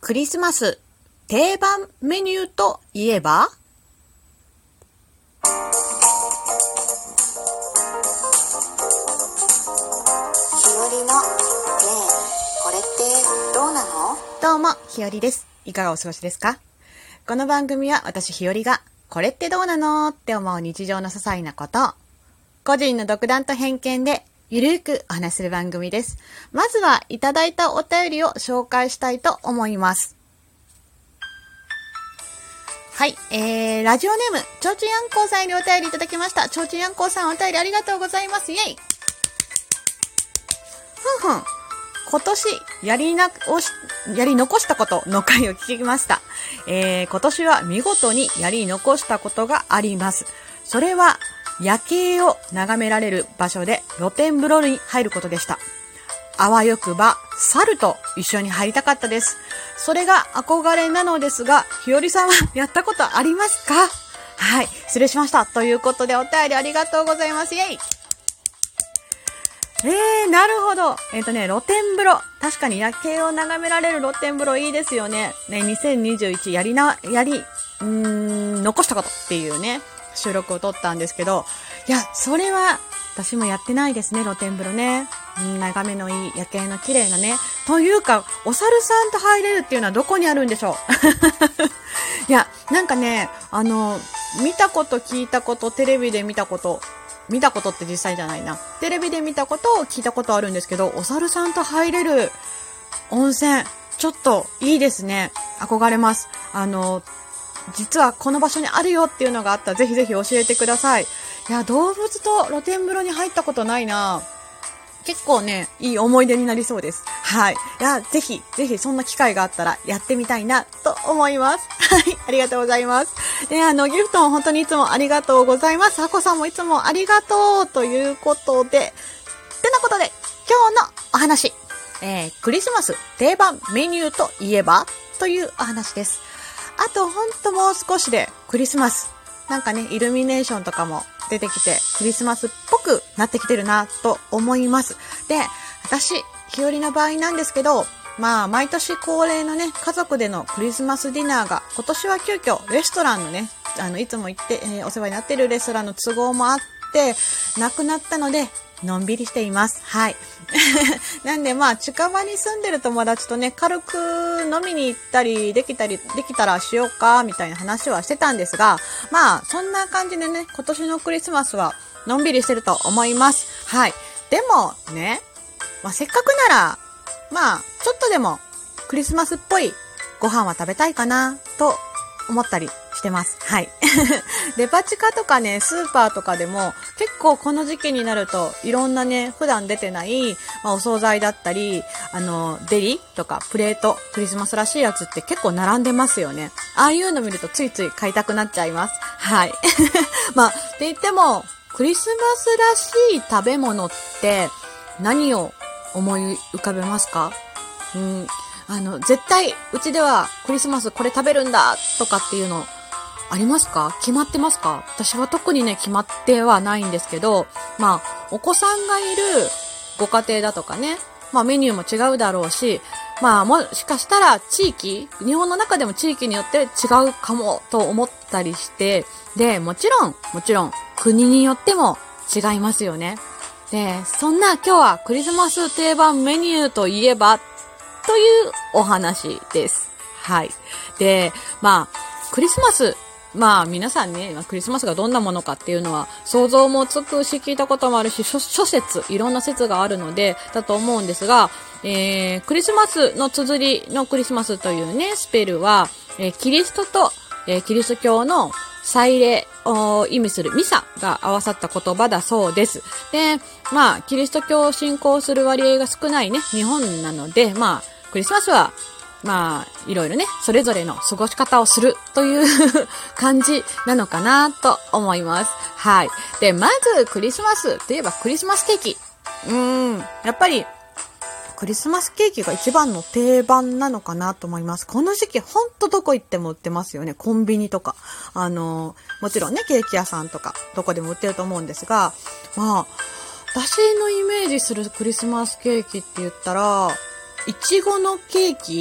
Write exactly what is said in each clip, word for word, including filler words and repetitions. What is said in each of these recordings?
クリスマス定番メニューといえば、 ひよりのねえこれってどうなの？ どうもひよりです。いかがお過ごしですか？この番組は私ひよりがこれってどうなのって思う日常の些細なこと、個人の独断と偏見でゆるーくお話しする番組です。まずはいただいたお便りを紹介したいと思います。はい、えー、ラジオネームちょうちんあんこうさんよりお便りいただきました。ちょうちんあんこうさん、お便りありがとうございます。イエイ。ふんふん、今年やりなおしやり残したことの回を聞きました。えー、今年は見事にやり残したことがあります。それは夜景を眺められる場所で露天風呂に入ることでした。あわよくば猿と一緒に入りたかったです。それが憧れなのですが、ひよりさんはやったことありますか？はい、失礼しました。ということでお便りありがとうございます。イェイ。えー、なるほど。えっとね、露天風呂。確かに夜景を眺められる露天風呂いいですよね。ね、にせんにじゅういちやりな、やり、うーん、残したことっていうね、収録を撮ったんですけど、いや、それは、私もやってないですね、露天風呂ね。うん、眺めのいい、夜景の綺麗なね。というか、お猿さんと入れるっていうのはどこにあるんでしょう？いや、なんかね、あの、見たこと、聞いたこと、テレビで見たこと、見たことって実際じゃないな。テレビで見たことを聞いたことあるんですけど、お猿さんと入れる温泉、ちょっといいですね。憧れます。あの、実はこの場所にあるよっていうのがあったらぜひぜひ教えてください。いや、動物と露天風呂に入ったことないな。結構ね、いい思い出になりそうです。はい。いや、ぜひ、ぜひそんな機会があったらやってみたいなと思います。はい。ありがとうございます。で、あの、ギフトも本当にいつもありがとうございます。ハコさんもいつもありがとうということで、てなことで、今日のお話、えー、クリスマス定番メニューといえばというお話です。あと、ほんともう少しでクリスマス。なんかね、イルミネーションとかも出てきて、クリスマスっぽくなってきてるなと思います。で、私、ひよりの場合なんですけど、まあ、毎年恒例のね、家族でのクリスマスディナーが、今年は急遽レストランのね、あの、いつも行って、えー、お世話になっているレストランの都合もあって、なくなったので、のんびりしています。はい。なんでまあ、近場に住んでる友達とね、軽く飲みに行ったり、できたり、できたらしようか、みたいな話はしてたんですが、まあ、そんな感じでね、今年のクリスマスは、のんびりしてると思います。はい。でも、ね、まあ、せっかくなら、まあ、ちょっとでも、クリスマスっぽいご飯は食べたいかな、と思ったりしてます。はい。デパ地下とかね、スーパーとかでも結構この時期になるといろんなね、普段出てない、まあ、お惣菜だったり、あの、デリとかプレート、クリスマスらしいやつって結構並んでますよね。ああいうの見るとついつい買いたくなっちゃいます。はい。まあ、って言っても、クリスマスらしい食べ物って何を思い浮かべますか？うん。あの、絶対、うちではクリスマスこれ食べるんだとかっていうのありますか？決まってますか？私は特にね、決まってはないんですけど、まあ、お子さんがいるご家庭だとかね、まあメニューも違うだろうし、まあもしかしたら地域、日本の中でも地域によって違うかもと思ったりして、で、もちろん、もちろん国によっても違いますよね。で、そんな今日はクリスマス定番メニューといえば、というお話です。はい。で、まあ、クリスマス、まあ皆さんね、クリスマスがどんなものかっていうのは想像もつくし聞いたこともあるし、諸, 諸説、いろんな説があるので、だと思うんですが、えー、クリスマスの綴りのクリスマスというね、スペルは、えー、キリストと、えー、キリスト教の祭礼を意味するミサが合わさった言葉だそうです。で、まあ、キリスト教を信仰する割合が少ないね、日本なので、まあ、クリスマスは、まあ、いろいろね、それぞれの過ごし方をするという感じなのかなと思います。はい。で、まず、クリスマスといえばクリスマスケーキ。うーん、やっぱり、クリスマスケーキが一番の定番なのかなと思います。この時期ほんとどこ行っても売ってますよね。コンビニとか。あの、もちろんね、ケーキ屋さんとか、どこでも売ってると思うんですが、まあ、私のイメージするクリスマスケーキって言ったら、いちごのケーキ、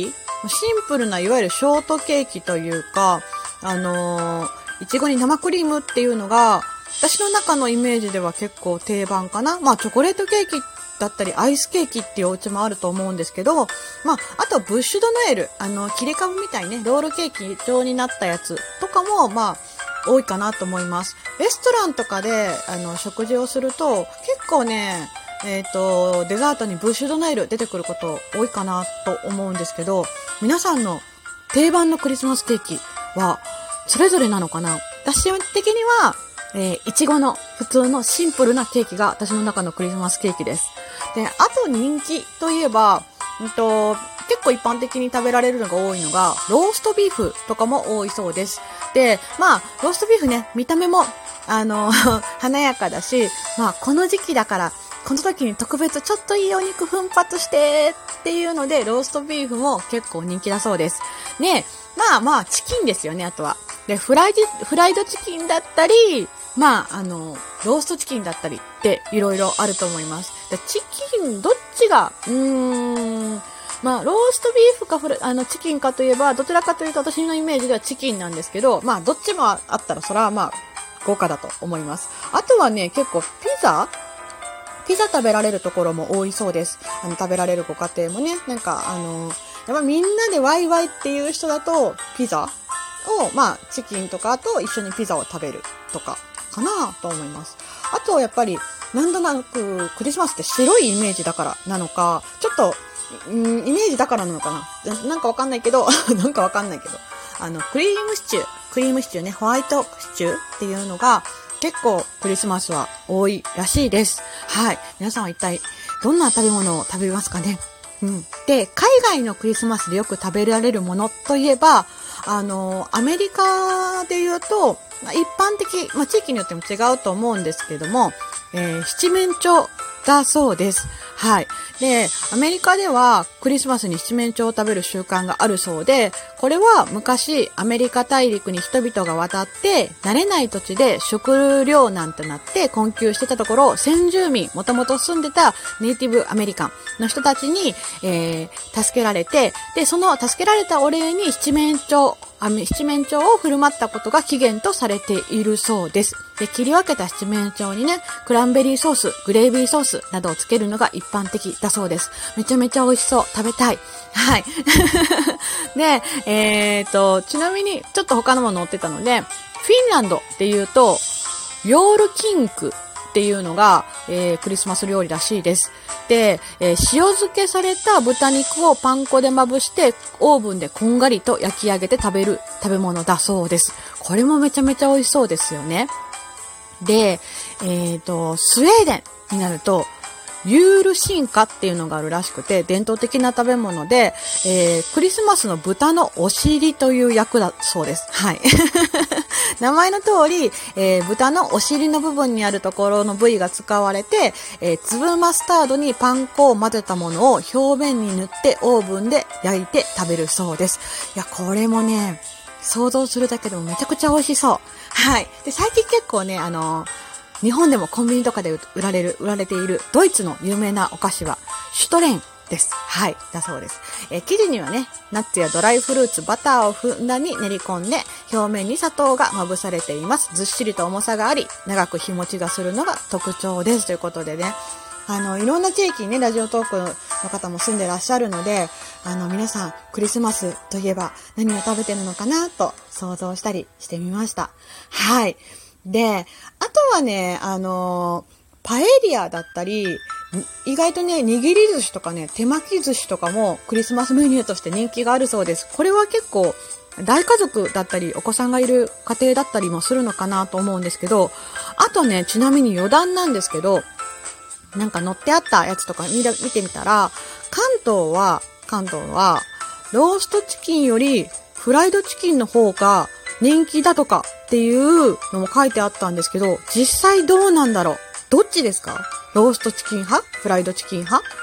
シンプルないわゆるショートケーキというか、あのー、いちごに生クリームっていうのが、私の中のイメージでは結構定番かな。まあ、チョコレートケーキだったり、アイスケーキっていうお家もあると思うんですけど、まあ、あと、ブッシュドノエル、あの、切り株みたいね、ロールケーキ状になったやつとかも、まあ、多いかなと思います。レストランとかで、あの、食事をすると、結構ね、えっと、デザートにブッシュドノエル出てくること多いかなと思うんですけど、皆さんの定番のクリスマスケーキは、それぞれなのかな？私的には、えー、いちごの普通のシンプルなケーキが私の中のクリスマスケーキです。で、あと人気といえば、うんと、結構一般的に食べられるのが多いのが、ローストビーフとかも多いそうです。で、まあ、ローストビーフね、見た目も、あの、華やかだし、まあ、この時期だから、この時に特別ちょっといいお肉奮発してっていうので、ローストビーフも結構人気だそうです。ね、まあまあ、チキンですよね、あとは。で、フライド、フライドチキンだったり、まあ、あの、ローストチキンだったりっていろいろあると思います。で、チキン、どっちが、うーん、まあ、ローストビーフかフラ、あの、チキンかといえば、どちらかというと私のイメージではチキンなんですけど、まあ、どっちもあったら、それはまあ、豪華だと思います。あとはね、結構、ピザピザ食べられるところも多いそうです。あの、食べられるご家庭もね、なんか、あの、やっぱみんなでワイワイっていう人だと、ピザを、まあ、チキンとかと一緒にピザを食べるとか、かなと思います。あと、やっぱり、なんとなく、クリスマスって白いイメージだからなのか、ちょっと、うん、イメージだからなのかな。なんかわかんないけど、なんかわかんないけど、あの、クリームシチュー、クリームシチューね、ホワイトシチューっていうのが、結構クリスマスは多いらしいです。はい。皆さんは一体どんな食べ物を食べますかね？うん。で、海外のクリスマスでよく食べられるものといえば、あの、アメリカで言うと、一般的、まあ、地域によっても違うと思うんですけども、えー、七面鳥だそうです。はい。で、アメリカではクリスマスに七面鳥を食べる習慣があるそうで、これは昔アメリカ大陸に人々が渡って慣れない土地で食糧難となって困窮してたところ、先住民、もともと住んでたネイティブアメリカンの人たちに、えー、助けられて、で、その助けられたお礼に七面鳥、七面鳥を振る舞ったことが起源とされているそうです。で、切り分けた七面鳥にね、クランベリーソース、グレービーソースなどをつけるのが一般的だそうです。めちゃめちゃ美味しそう。食べたい。はい。で、えーと、ちなみに、ちょっと他のも載ってたので、フィンランドっていうと、ヨールキンクっていうのが、えー、クリスマス料理らしいです。で、えー、塩漬けされた豚肉をパン粉でまぶして、オーブンでこんがりと焼き上げて食べる食べ物だそうです。これもめちゃめちゃ美味しそうですよね。で、えっと、スウェーデンになると、ユールシンカっていうのがあるらしくて、伝統的な食べ物で、えー、クリスマスの豚のお尻という役だそうです。はい。名前の通り、えー、豚のお尻の部分にあるところの部位が使われて、えー、粒マスタードにパン粉を混ぜたものを表面に塗ってオーブンで焼いて食べるそうです。いや、これもね、想像するだけでもめちゃくちゃ美味しそう。はい。で、最近結構ね、あのー、日本でもコンビニとかで売られる、売られているドイツの有名なお菓子はシュトレンです。はい。だそうです。えー、生地にはね、ナッツやドライフルーツ、バターをふんだんに練り込んで、表面に砂糖がまぶされています。ずっしりと重さがあり、長く日持ちがするのが特徴です。ということでね。あの、いろんな地域にね、ラジオトークの方も住んでらっしゃるので、あの、皆さん、クリスマスといえば何を食べてるのかなと想像したりしてみました。はい。で、あとはね、あの、パエリアだったり、意外とね、握り寿司とかね、手巻き寿司とかもクリスマスメニューとして人気があるそうです。これは結構、大家族だったり、お子さんがいる家庭だったりもするのかなと思うんですけど、あとね、ちなみに余談なんですけど、なんか載ってあったやつとか見てみたら、関東は、関東は、ローストチキンよりフライドチキンの方が人気だとかっていうのも書いてあったんですけど、実際どうなんだろう？どっちですか？ローストチキン派？フライドチキン派？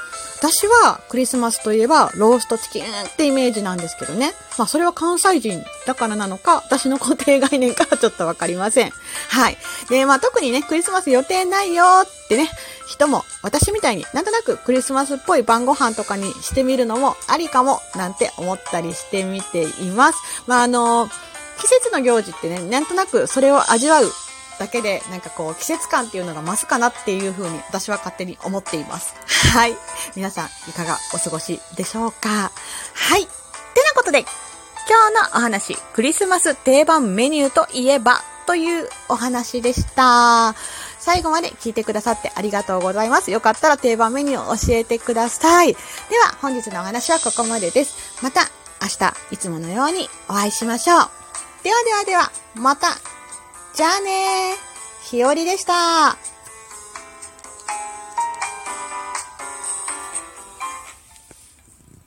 私はクリスマスといえばローストチキンってイメージなんですけどね。まあそれは関西人だからなのか、私の固定概念かはちょっとわかりません。はい。で、まあ特にね、クリスマス予定ないよってね、人も私みたいになんとなくクリスマスっぽい晩ご飯とかにしてみるのもありかもなんて思ったりしてみています。まああの、季節の行事ってね、なんとなくそれを味わうだけでなんかこう季節感っていうのが増すかなっていう風に私は勝手に思っています。はい。皆さんいかがお過ごしでしょうか。はい。てなことで今日のお話、クリスマス定番メニューといえばというお話でした。最後まで聞いてくださってありがとうございます。よかったら定番メニューを教えてください。では本日のお話はここまでです。また明日いつものようにお会いしましょう。ではではではまた。じゃあねー。ひよりでした。